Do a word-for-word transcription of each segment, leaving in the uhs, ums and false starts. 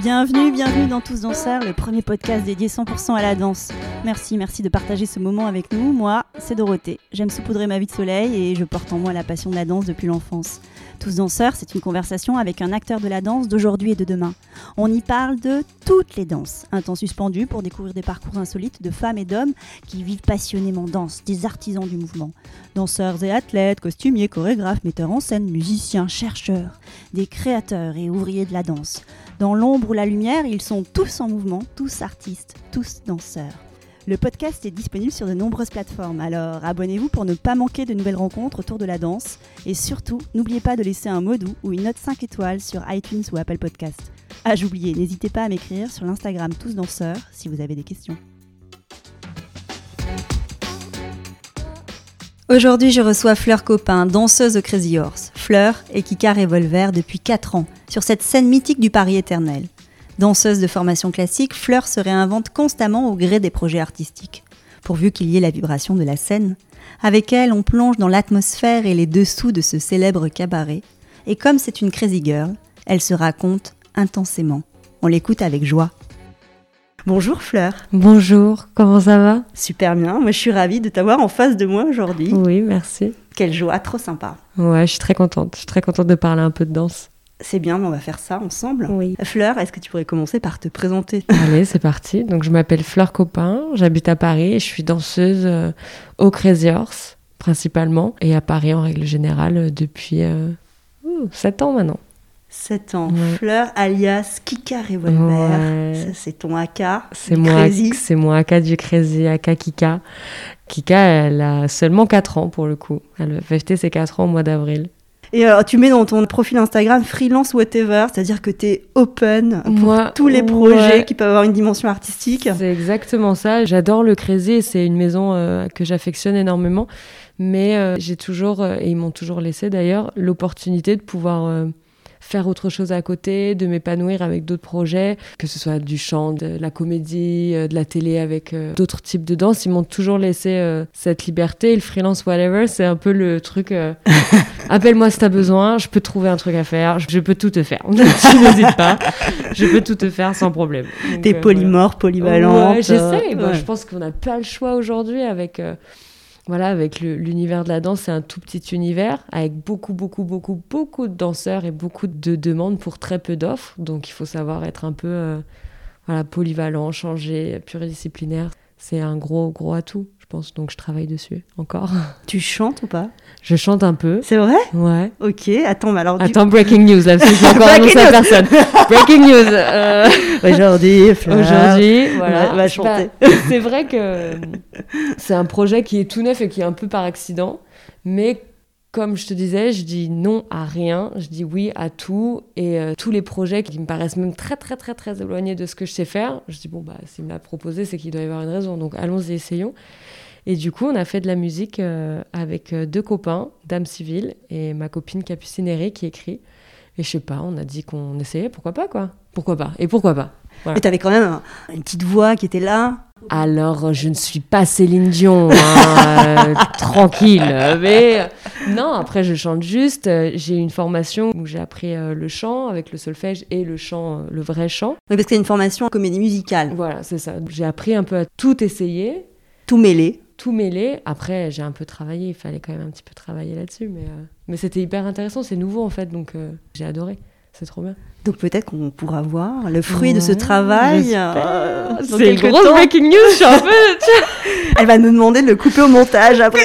Bienvenue, bienvenue dans Tous Danseurs, le premier podcast dédié cent pour cent à la danse. Merci, merci de partager ce moment avec nous. Moi, c'est Dorothée. J'aime saupoudrer ma vie de soleil et je porte en moi la passion de la danse depuis l'enfance. Tous Danseurs, c'est une conversation avec un acteur de la danse d'aujourd'hui et de demain. On y parle de toutes les danses. Un temps suspendu pour découvrir des parcours insolites de femmes et d'hommes qui vivent passionnément danse, des artisans du mouvement. Danseurs et athlètes, costumiers, chorégraphes, metteurs en scène, musiciens, chercheurs, des créateurs et ouvriers de la danse. Dans l'ombre ou la lumière, ils sont tous en mouvement, tous artistes, tous danseurs. Le podcast est disponible sur de nombreuses plateformes, alors abonnez-vous pour ne pas manquer de nouvelles rencontres autour de la danse. Et surtout, n'oubliez pas de laisser un mot doux ou une note cinq étoiles sur iTunes ou Apple Podcast. Ah, j'oubliais, n'hésitez pas à m'écrire sur l'Instagram Tous Danseurs si vous avez des questions. Aujourd'hui, je reçois Fleur Copin, danseuse au Crazy Horse. Fleur est Kika Revolver depuis quatre ans, sur cette scène mythique du Paris éternel. Danseuse de formation classique, Fleur se réinvente constamment au gré des projets artistiques, pourvu qu'il y ait la vibration de la scène. Avec elle, on plonge dans l'atmosphère et les dessous de ce célèbre cabaret. Et comme c'est une crazy girl, elle se raconte intensément. On l'écoute avec joie. Bonjour Fleur. Bonjour, comment ça va ? Super bien, moi je suis ravie de t'avoir en face de moi aujourd'hui. Oui, merci. Quelle joie, trop sympa. Ouais, je suis très contente, je suis très contente de parler un peu de danse. C'est bien, mais on va faire ça ensemble. Oui. Fleur, est-ce que tu pourrais commencer par te présenter ? Allez, c'est parti. Donc je m'appelle Fleur Copin, j'habite à Paris et je suis danseuse euh, au Crazy Horse principalement et à Paris en règle générale euh, depuis euh, sept ans maintenant. sept ans. Ouais. Fleur alias Kika Revolver. Ouais. Ça, c'est ton A K. C'est mon, Crazy. c'est mon A K du Crazy, A K Kika. Kika, elle a seulement quatre ans pour le coup. Elle va fêter ses quatre ans au mois d'avril. Et euh, tu mets dans ton profil Instagram freelance whatever, c'est-à-dire que tu es open pour Moi, tous les projets ouais. qui peuvent avoir une dimension artistique. C'est exactement ça. J'adore le Crazy et c'est une maison euh, que j'affectionne énormément. Mais euh, j'ai toujours, euh, et ils m'ont toujours laissé d'ailleurs, l'opportunité de pouvoir euh, faire autre chose à côté, de m'épanouir avec d'autres projets, que ce soit du chant, de la comédie, euh, de la télé avec euh, d'autres types de danse. Ils m'ont toujours laissé euh, cette liberté. Et le freelance whatever, c'est un peu le truc... Euh, appelle-moi si t'as besoin, je peux trouver un truc à faire, je peux tout te faire. Tu n'hésites pas, je peux tout te faire sans problème. Donc, T'es euh, polymorphe, polyvalente. Ouais, j'essaie. Bah, ouais. je pense qu'on n'a pas le choix aujourd'hui avec... Euh, Voilà, avec le, l'univers de la danse, c'est un tout petit univers avec beaucoup, beaucoup, beaucoup, beaucoup de danseurs et beaucoup de demandes pour très peu d'offres. Donc, il faut savoir être un peu euh, voilà, polyvalent, changer, pluridisciplinaire. C'est un gros, gros atout, je pense. Donc, je travaille dessus encore. Tu chantes ou pas ? Je chante un peu. C'est vrai ? Ouais. Ok, attends, mais alors... Du... Attends, breaking news, là, parce que je vais encore annoncer à personne. Breaking news. Euh... Aujourd'hui, Fleur. Aujourd'hui, voilà. Va, va chanter. Bah, c'est vrai que c'est un projet qui est tout neuf et qui est un peu par accident, mais comme je te disais, je dis non à rien, je dis oui à tout, et euh, tous les projets qui me paraissent même très très très très éloignés de ce que je sais faire, je dis bon bah s'il me l'a proposé, c'est qu'il doit y avoir une raison, donc allons-y, essayons. Et du coup, on a fait de la musique euh, avec deux copains, Dame Civile et ma copine Capucine Herré qui écrit. Et je sais pas, on a dit qu'on essayait, pourquoi pas quoi ? Pourquoi pas ? Et pourquoi pas ? Voilà. Mais t'avais quand même un, une petite voix qui était là. Alors, je ne suis pas Céline Dion, hein, euh, tranquille. Mais non, après, je chante juste. J'ai une formation où j'ai appris euh, le chant avec le solfège et le chant, euh, le vrai chant. Oui, parce que c'est une formation en comédie musicale. Voilà, c'est ça. J'ai appris un peu à tout essayer. Tout mêlé. Tout mêlé. Après, j'ai un peu travaillé. Il fallait quand même un petit peu travailler là-dessus. Mais, euh, mais c'était hyper intéressant. C'est nouveau, en fait. Donc, euh, j'ai adoré. C'est trop bien. Donc peut-être qu'on pourra voir le fruit ouais, de ce travail. Euh, c'est une grosse temps. Breaking news, je suis un peu... Elle va nous demander de le couper au montage après.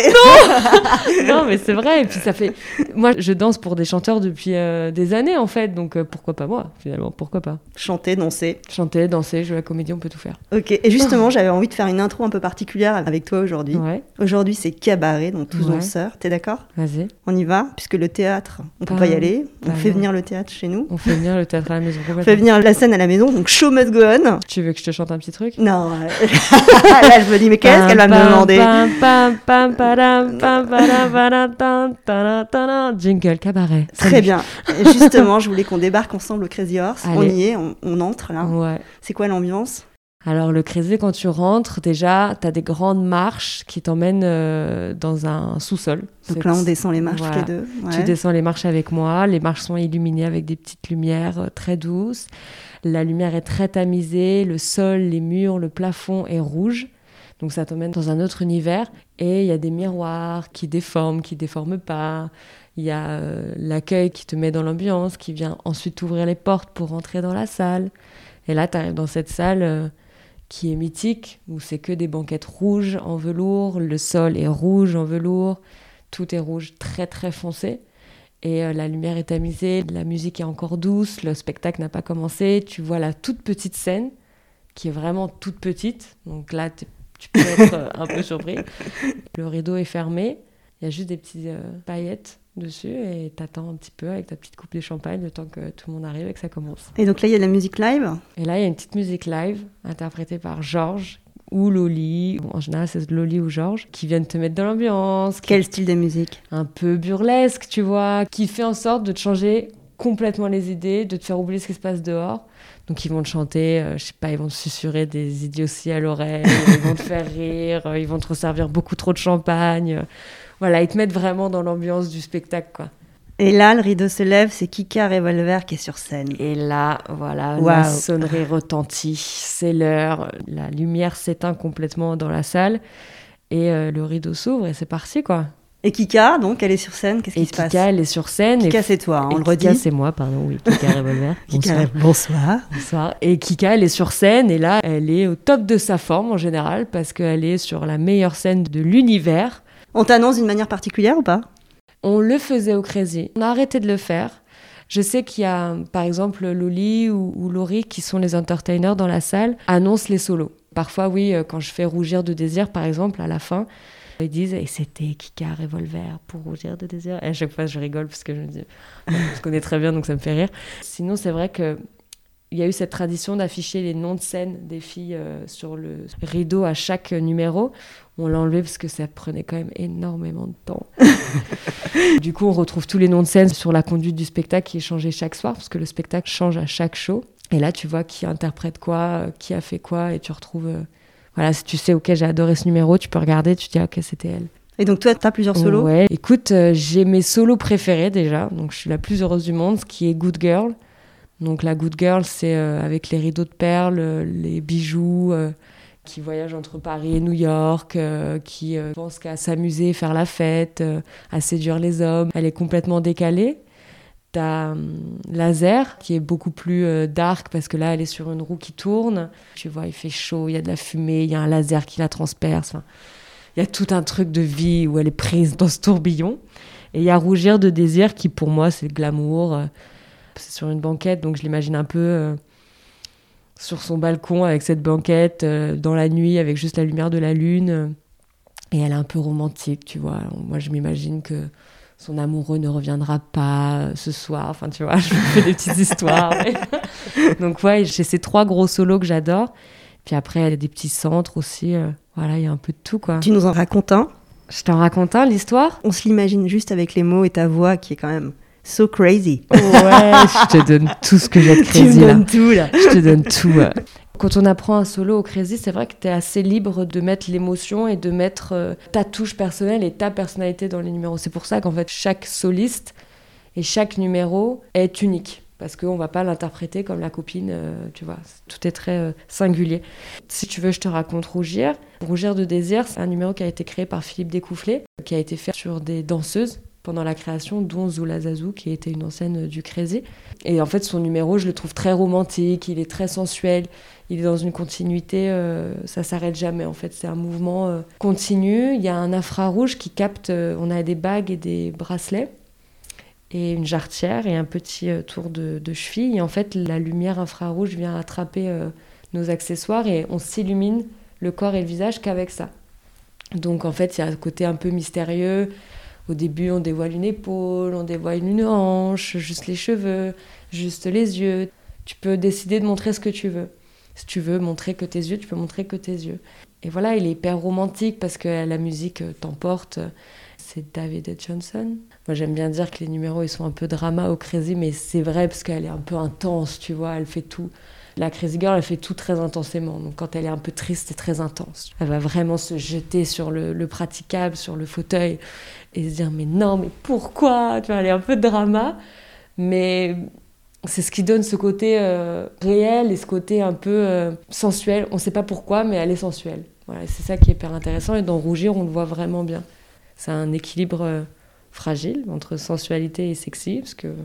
Non, non mais c'est vrai. Et puis ça fait... Moi, je danse pour des chanteurs depuis euh, des années, en fait. Donc euh, pourquoi pas moi, finalement, pourquoi pas. Chanter, danser. Chanter, danser, jouer à la comédie, on peut tout faire. Ok, et justement, oh. j'avais envie de faire une intro un peu particulière avec toi aujourd'hui. Ouais. Aujourd'hui, c'est cabaret, donc tous ouais. danseurs. T'es d'accord ? Vas-y. On y va, puisque le théâtre, on peut pas y aller. On bah fait non. venir le théâtre chez nous. On fait venir le théâtre à la maison. On fait venir la scène à la maison, donc show must go on. Tu veux que je te chante un petit truc ? Non. Là, je me dis, mais qu'est-ce qu'elle va me demander ? Jingle cabaret. Très bien. Et justement, je voulais qu'on débarque ensemble au Crazy Horse. Allez. On y est, on, on entre là. Ouais. C'est quoi l'ambiance ? Alors le Crézé, quand tu rentres, déjà, tu as des grandes marches qui t'emmènent euh, dans un sous-sol. Donc C'est... là, on descend les marches voilà. tous les deux. Ouais. Tu descends les marches avec moi. Les marches sont illuminées avec des petites lumières euh, très douces. La lumière est très tamisée. Le sol, les murs, le plafond est rouge. Donc ça t'emmène dans un autre univers. Et il y a des miroirs qui déforment, qui déforment pas. Il y a euh, l'accueil qui te met dans l'ambiance, qui vient ensuite t'ouvrir les portes pour rentrer dans la salle. Et là, tu arrives dans cette salle... Euh, qui est mythique, où c'est que des banquettes rouges en velours, le sol est rouge en velours, tout est rouge très très foncé, et euh, la lumière est tamisée, la musique est encore douce, le spectacle n'a pas commencé, tu vois la toute petite scène, qui est vraiment toute petite, donc là tu peux être euh, un peu surpris. Le rideau est fermé, il y a juste des petites euh, paillettes dessus, et t'attends un petit peu avec ta petite coupe de champagne le temps que tout le monde arrive et que ça commence. Et donc là, il y a de la musique live. Et là, il y a une petite musique live interprétée par Georges ou Loli. Bon, en général, c'est Loli ou Georges qui viennent te mettre dans l'ambiance. Quel style de musique ? Un peu burlesque, tu vois, qui fait en sorte de te changer complètement les idées, de te faire oublier ce qui se passe dehors. Donc ils vont te chanter, euh, je sais pas, ils vont te susurrer des idioties à l'oreille, ils vont te faire rire, euh, ils vont te resservir beaucoup trop de champagne. Voilà, ils te mettent vraiment dans l'ambiance du spectacle, quoi. Et là, le rideau se lève, c'est Kika Revolver qui est sur scène. Et là, voilà, wow. La sonnerie retentit, c'est l'heure, la lumière s'éteint complètement dans la salle, et euh, le rideau s'ouvre, et c'est parti, quoi. Et Kika, donc, elle est sur scène, qu'est-ce et qui se Kika, passe ? Kika, elle est sur scène. Kika, et... c'est toi, hein, on et le redit. Kika, c'est moi, pardon, oui, Kika Revolver. Kika, bonsoir. Bonsoir. Et Kika, elle est sur scène, et là, elle est au top de sa forme, en général, parce qu'elle est sur la meilleure scène de l'univers. On t'annonce d'une manière particulière ou pas ? On le faisait au Crézé. On a arrêté de le faire. Je sais qu'il y a, par exemple, Loli ou, ou Laurie, qui sont les entertainers dans la salle, annoncent les solos. Parfois, oui, quand je fais Rougir de désir, par exemple, à la fin, ils disent « Et c'était Kika Revolver pour Rougir de désir ». Et à chaque fois, je rigole parce que je me dis « On se connaît très bien, donc ça me fait rire ». Sinon, c'est vrai que il y a eu cette tradition d'afficher les noms de scène des filles euh, sur le rideau à chaque numéro. On l'a enlevé parce que ça prenait quand même énormément de temps. Du coup, on retrouve tous les noms de scène sur la conduite du spectacle qui est changé chaque soir, parce que le spectacle change à chaque show. Et là, tu vois qui interprète quoi, euh, qui a fait quoi, et tu retrouves... Euh, voilà, si tu sais, ok, j'ai adoré ce numéro, tu peux regarder, tu te dis, ok, c'était elle. Et donc toi, tu as plusieurs solos ? Ouais, écoute, euh, j'ai mes solos préférés déjà, donc je suis la plus heureuse du monde, ce qui est Good Girl. Donc la Good Girl, c'est euh, avec les rideaux de perles, euh, les bijoux, euh, qui voyage entre Paris et New York, euh, qui euh, pense qu'à s'amuser, faire la fête, euh, à séduire les hommes. Elle est complètement décalée. T'as euh, Laser, qui est beaucoup plus euh, dark, parce que là, elle est sur une roue qui tourne. Tu vois, il fait chaud, il y a de la fumée, il y a un laser qui la transperce. Enfin, il y a tout un truc de vie où elle est prise dans ce tourbillon. Et il y a Rougir de désir, qui pour moi, c'est le glamour. Euh, c'est sur une banquette, donc je l'imagine un peu... Euh, sur son balcon avec cette banquette euh, dans la nuit avec juste la lumière de la lune euh, et elle est un peu romantique, tu vois. Alors, moi je m'imagine que son amoureux ne reviendra pas euh, ce soir, enfin tu vois, je me fais des petites histoires. Mais... donc ouais, j'ai ces trois gros solos que j'adore, puis après il y a des petits centres aussi, euh, voilà, il y a un peu de tout, quoi. Tu nous en racontes un ? Je t'en raconte un, l'histoire ? On se l'imagine juste avec les mots et ta voix qui est quand même so crazy. Ouais, je te donne tout ce que j'ai de crazy. Tu me là. donnes tout là. Je te donne tout. Quand on apprend un solo au Crézé, c'est vrai que tu es assez libre de mettre l'émotion et de mettre euh, ta touche personnelle et ta personnalité dans les numéros. C'est pour ça qu'en fait, chaque soliste et chaque numéro est unique. Parce qu'on ne va pas l'interpréter comme la copine, euh, tu vois. Tout est très euh, singulier. Si tu veux, je te raconte Rougir. Rougir de désir, c'est un numéro qui a été créé par Philippe Découfflé, qui a été fait sur des danseuses pendant la création, dont Zoula Zazou, qui était une ancienne du Crézé. Et en fait, son numéro, je le trouve très romantique, il est très sensuel, il est dans une continuité, euh, ça s'arrête jamais, en fait. C'est un mouvement euh, continu. Il y a un infrarouge qui capte, euh, on a des bagues et des bracelets, et une jarretière et un petit euh, tour de, de cheville. Et en fait, la lumière infrarouge vient attraper euh, nos accessoires et on s'illumine le corps et le visage qu'avec ça. Donc en fait, il y a un côté un peu mystérieux. Au début, on dévoile une épaule, on dévoile une hanche, juste les cheveux, juste les yeux. Tu peux décider de montrer ce que tu veux. Si tu veux montrer que tes yeux, tu peux montrer que tes yeux. Et voilà, il est hyper romantique parce que la musique t'emporte. C'est David Johnson. Moi, j'aime bien dire que les numéros, ils sont un peu drama au Crézé, mais c'est vrai parce qu'elle est un peu intense, tu vois, elle fait tout. La Crazy Girl, elle fait tout très intensément. Donc quand elle est un peu triste, c'est très intense. Elle va vraiment se jeter sur le, le praticable, sur le fauteuil, et se dire mais non, mais pourquoi ? Tu vois, elle est un peu de drama, mais c'est ce qui donne ce côté euh, réel et ce côté un peu euh, sensuel. On ne sait pas pourquoi, mais elle est sensuelle. Voilà, c'est ça qui est hyper intéressant. Et dans Rougir, on le voit vraiment bien. C'est un équilibre euh, fragile entre sensualité et sexy, parce que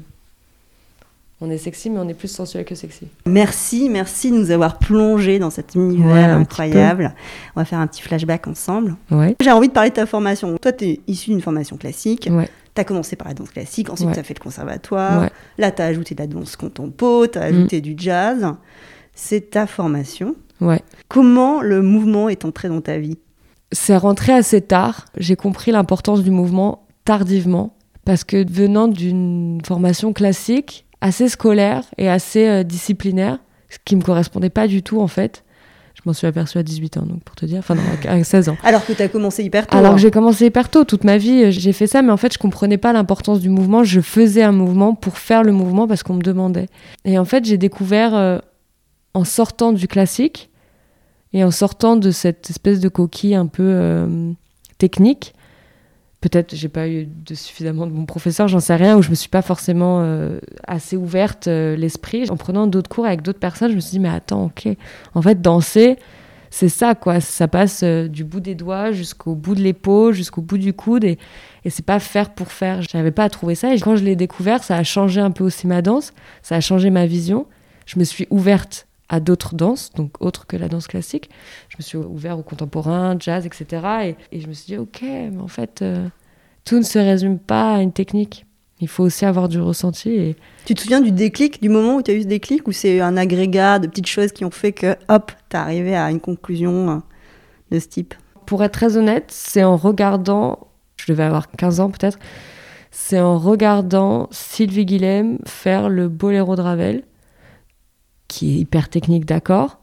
on est sexy, mais on est plus sensuel que sexy. Merci, merci de nous avoir plongé dans cet univers ouais, incroyable. On va faire un petit flashback ensemble. Ouais. J'ai envie de parler de ta formation. Toi, tu es issu d'une formation classique. Ouais. Tu as commencé par la danse classique, ensuite ouais. tu as fait le conservatoire. Ouais. Là, tu as ajouté de la danse contempo, tu as ajouté mmh. du jazz. C'est ta formation. Ouais. Comment le mouvement est entré dans ta vie ? C'est rentré assez tard. J'ai compris l'importance du mouvement tardivement, parce que venant d'une formation classique, assez scolaire et assez euh, disciplinaire, ce qui me correspondait pas du tout en fait. Je m'en suis aperçue à dix-huit ans, donc pour te dire, enfin non, à seize ans. Alors que tu as commencé hyper tôt. Alors hein. que j'ai commencé hyper tôt, toute ma vie, j'ai fait ça, mais en fait je comprenais pas l'importance du mouvement. Je faisais un mouvement pour faire le mouvement parce qu'on me demandait. Et en fait j'ai découvert euh, en sortant du classique et en sortant de cette espèce de coquille un peu euh, technique. Peut-être j'ai pas eu de suffisamment de bons professeurs, j'en sais rien, ou je me suis pas forcément euh, assez ouverte euh, l'esprit. En prenant d'autres cours avec d'autres personnes, je me suis dit mais attends, ok, en fait danser, c'est ça quoi, ça passe euh, du bout des doigts jusqu'au bout de l'épaule, jusqu'au bout du coude, et, et c'est pas faire pour faire. J'avais pas à trouver ça, et quand je l'ai découvert, ça a changé un peu aussi ma danse, ça a changé ma vision. Je me suis ouverte à d'autres danses, donc autres que la danse classique. Je me suis ouverte au contemporain, jazz, et cetera. Et, et je me suis dit, ok, mais en fait, euh, tout ne se résume pas à une technique. Il faut aussi avoir du ressenti. Et... Tu te souviens du déclic, du moment où tu as eu ce déclic, ou c'est un agrégat de petites choses qui ont fait que, hop, tu es arrivé à une conclusion de ce type ? Pour être très honnête, c'est en regardant, je devais avoir quinze ans peut-être, c'est en regardant Sylvie Guillem faire le Boléro de Ravel, qui est hyper technique, d'accord,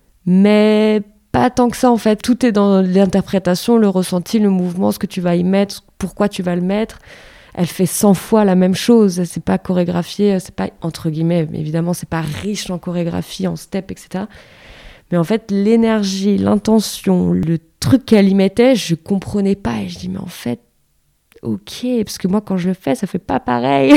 mais pas tant que ça en fait. Tout est dans l'interprétation, le ressenti, le mouvement, ce que tu vas y mettre, pourquoi tu vas le mettre. Elle fait cent fois la même chose, c'est pas chorégraphié, c'est pas, entre guillemets, évidemment, c'est pas riche en chorégraphie, en step, et cetera. Mais en fait, l'énergie, l'intention, le truc qu'elle y mettait, je comprenais pas. Et je dis, mais en fait, ok, parce que moi, quand je le fais, ça fait pas pareil.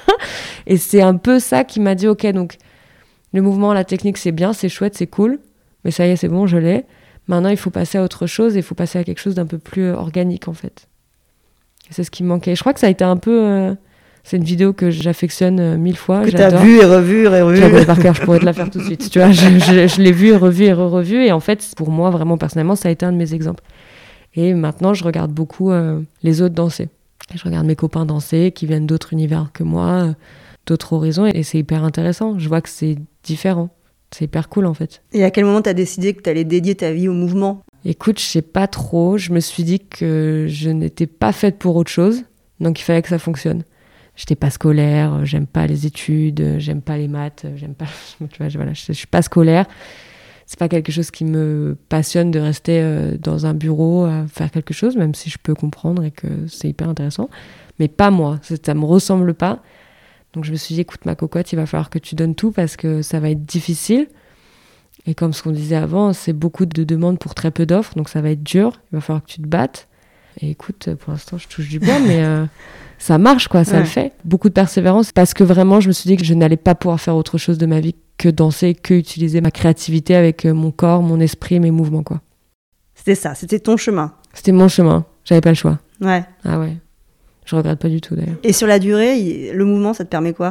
Et c'est un peu ça qui m'a dit, ok, donc le mouvement, la technique, c'est bien, c'est chouette, c'est cool, mais ça y est, c'est bon, je l'ai. Maintenant, il faut passer à autre chose, et il faut passer à quelque chose d'un peu plus organique, en fait. Et c'est ce qui me manquait. Je crois que ça a été un peu... Euh... C'est une vidéo que j'affectionne euh, mille fois. Que j'adore. T'as vue et revue et revue. Je la connais par cœur, je pourrais te la faire tout de suite. Tu vois, je, je, je l'ai vue, revue et re-revue, et en fait, pour moi, vraiment, personnellement, ça a été un de mes exemples. Et maintenant, je regarde beaucoup euh, les autres danser. Et je regarde mes copains danser, qui viennent d'autres univers que moi, euh, d'autres horizons, et c'est hyper intéressant. Je vois que c'est différent. C'est hyper cool, en fait. Et à quel moment t'as décidé que t'allais dédier ta vie au mouvement ? Écoute, je sais pas trop. Je me suis dit que je n'étais pas faite pour autre chose, donc il fallait que ça fonctionne. J'étais pas scolaire, j'aime pas les études, j'aime pas les maths, j'aime pas... Tu vois, voilà, je, je suis pas scolaire. C'est pas quelque chose qui me passionne de rester euh, dans un bureau à faire quelque chose, même si je peux comprendre et que c'est hyper intéressant. Mais pas moi, ça, ça me ressemble pas. Donc je me suis dit, écoute ma cocotte, il va falloir que tu donnes tout parce que ça va être difficile. Et comme ce qu'on disait avant, c'est beaucoup de demandes pour très peu d'offres, donc ça va être dur, il va falloir que tu te battes. Et écoute, pour l'instant, je touche du bois, mais euh, ça marche, quoi, ça ouais. le fait. Beaucoup de persévérance, parce que vraiment, je me suis dit que je n'allais pas pouvoir faire autre chose de ma vie que danser, que utiliser ma créativité avec mon corps, mon esprit, mes mouvements, quoi. C'était ça, c'était ton chemin. C'était mon chemin, j'avais pas le choix. Ouais. Ah ouais, je regrette pas du tout, d'ailleurs. Et sur la durée, le mouvement, ça te permet quoi ?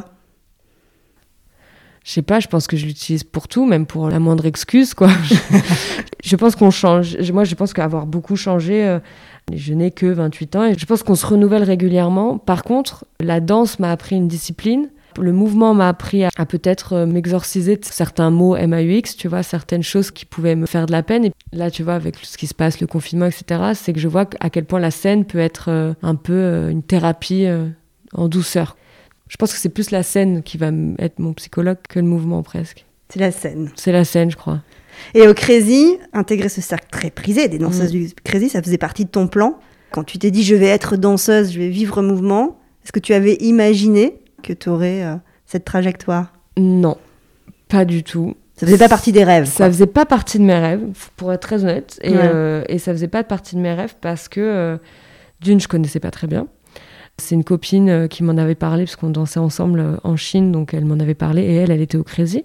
Je sais pas, je pense que je l'utilise pour tout, même pour la moindre excuse, quoi. je, je pense qu'on change. Moi, je pense qu'avoir beaucoup changé, euh, je n'ai que vingt-huit ans et je pense qu'on se renouvelle régulièrement. Par contre, la danse m'a appris une discipline. Le mouvement m'a appris à, à peut-être euh, m'exorciser de certains mots M A U X, tu vois, certaines choses qui pouvaient me faire de la peine. Et là, tu vois, avec ce qui se passe, le confinement, et cetera, c'est que je vois à quel point la scène peut être euh, un peu euh, une thérapie euh, en douceur. Je pense que c'est plus la scène qui va être mon psychologue que le mouvement, presque. C'est la scène. C'est la scène, je crois. Et au Crazy, intégrer ce cercle très prisé des danseuses mmh. du Crazy, ça faisait partie de ton plan. Quand tu t'es dit, je vais être danseuse, je vais vivre mouvement, est-ce que tu avais imaginé que tu aurais euh, cette trajectoire ? Non, pas du tout. Ça faisait pas partie des rêves. Ça quoi. faisait pas partie de mes rêves, pour être très honnête. Et, Ouais. euh, et ça faisait pas partie de mes rêves parce que, euh, d'une, je connaissais pas très bien. C'est une copine euh, qui m'en avait parlé, parce qu'on dansait ensemble euh, en Chine, donc elle m'en avait parlé, et elle, elle était au Crazy.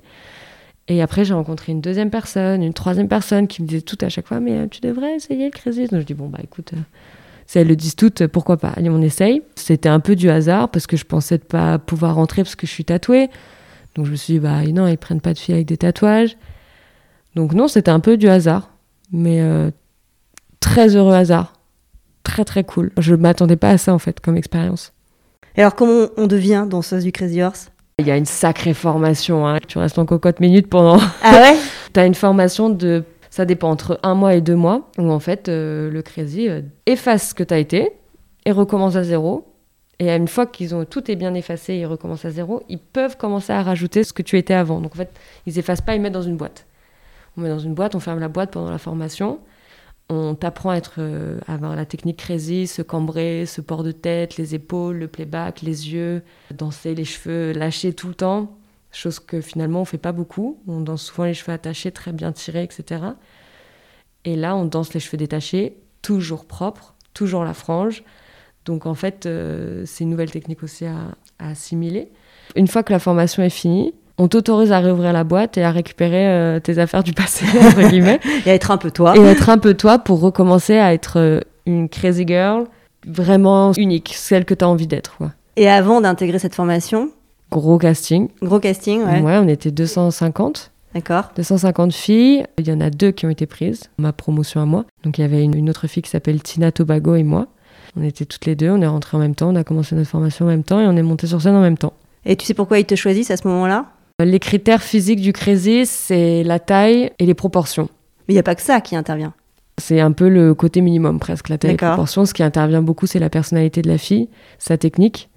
Et après, j'ai rencontré une deuxième personne, une troisième personne qui me disait tout à chaque fois, mais euh, tu devrais essayer le Crazy. Donc je dis, bon, bah écoute, euh, si elles le disent toutes, euh, pourquoi pas? Allez, on essaye. C'était un peu du hasard, parce que je pensais de pas pouvoir rentrer parce que je suis tatouée. Donc je me suis dit, bah non, ils prennent pas de filles avec des tatouages. Donc non, c'était un peu du hasard, mais euh, très heureux hasard. Très très cool. Je ne m'attendais pas à ça en fait comme expérience. Et alors comment on devient danseuse du Crazy Horse? Il y a une sacrée formation, hein. Tu restes en cocotte minute pendant... Ah ouais? Tu as une formation de... Ça dépend entre un mois et deux mois, où en fait euh, le Crazy euh, efface ce que tu as été et recommence à zéro. Et une fois qu'ils ont tout est bien effacé et ils recommencent à zéro, ils peuvent commencer à rajouter ce que tu étais avant. Donc en fait, ils effacent pas, ils mettent dans une boîte. On met dans une boîte, on ferme la boîte pendant la formation. On t'apprend à, être, euh, à avoir la technique Crazy, se cambrer, ce port de tête, les épaules, le playback, les yeux, danser les cheveux lâchés tout le temps, chose que finalement on fait pas beaucoup. On danse souvent les cheveux attachés, très bien tirés, et cetera. Et là, on danse les cheveux détachés, toujours propres, toujours la frange. Donc en fait, euh, c'est une nouvelle technique aussi à, à assimiler. Une fois que la formation est finie, on t'autorise à réouvrir la boîte et à récupérer euh, tes affaires du passé, entre guillemets. Et à être un peu toi. Et être un peu toi pour recommencer à être euh, une crazy girl vraiment unique, celle que tu as envie d'être. Ouais. Et avant d'intégrer cette formation, gros casting. Gros casting, ouais. Ouais, on était deux cent cinquante. D'accord. deux cent cinquante filles. Il y en a deux qui ont été prises, ma promotion à moi. Donc il y avait une, une autre fille qui s'appelle Tina Tobago et moi. On était toutes les deux, on est rentrées en même temps, on a commencé notre formation en même temps et on est monté sur scène en même temps. Et tu sais pourquoi ils te choisissent à ce moment-là? Les critères physiques du Crazy, c'est la taille et les proportions. Mais il n'y a pas que ça qui intervient. C'est un peu le côté minimum presque, la taille D'accord. et les proportions. Ce qui intervient beaucoup, c'est la personnalité de la fille, sa technique.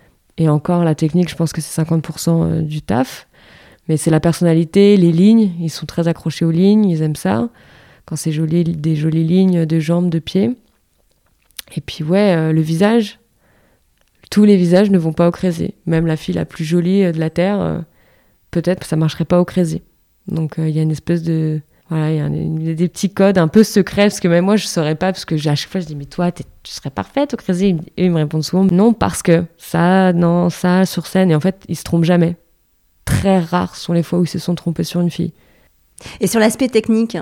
Et encore, la technique, je pense que c'est cinquante pour cent du taf. Mais c'est la personnalité, les lignes. Ils sont très accrochés aux lignes, ils aiment ça. Quand c'est joli, des jolies lignes de jambes, de pieds. Et puis ouais, euh, le visage. Tous les visages ne vont pas au Crazy. Même la fille la plus jolie de la Terre, euh, peut-être que ça marcherait pas au Crazy. Donc il euh, y a une espèce de... Voilà, il y a une, des petits codes un peu secrets, parce que même moi, je ne saurais pas, parce que à chaque fois, je dis, mais toi, tu serais parfaite au Crazy. Et ils me répondent souvent, non, parce que ça, non, ça, sur scène. Et en fait, ils se trompent jamais. Très rares sont les fois où ils se sont trompés sur une fille. Et sur l'aspect technique,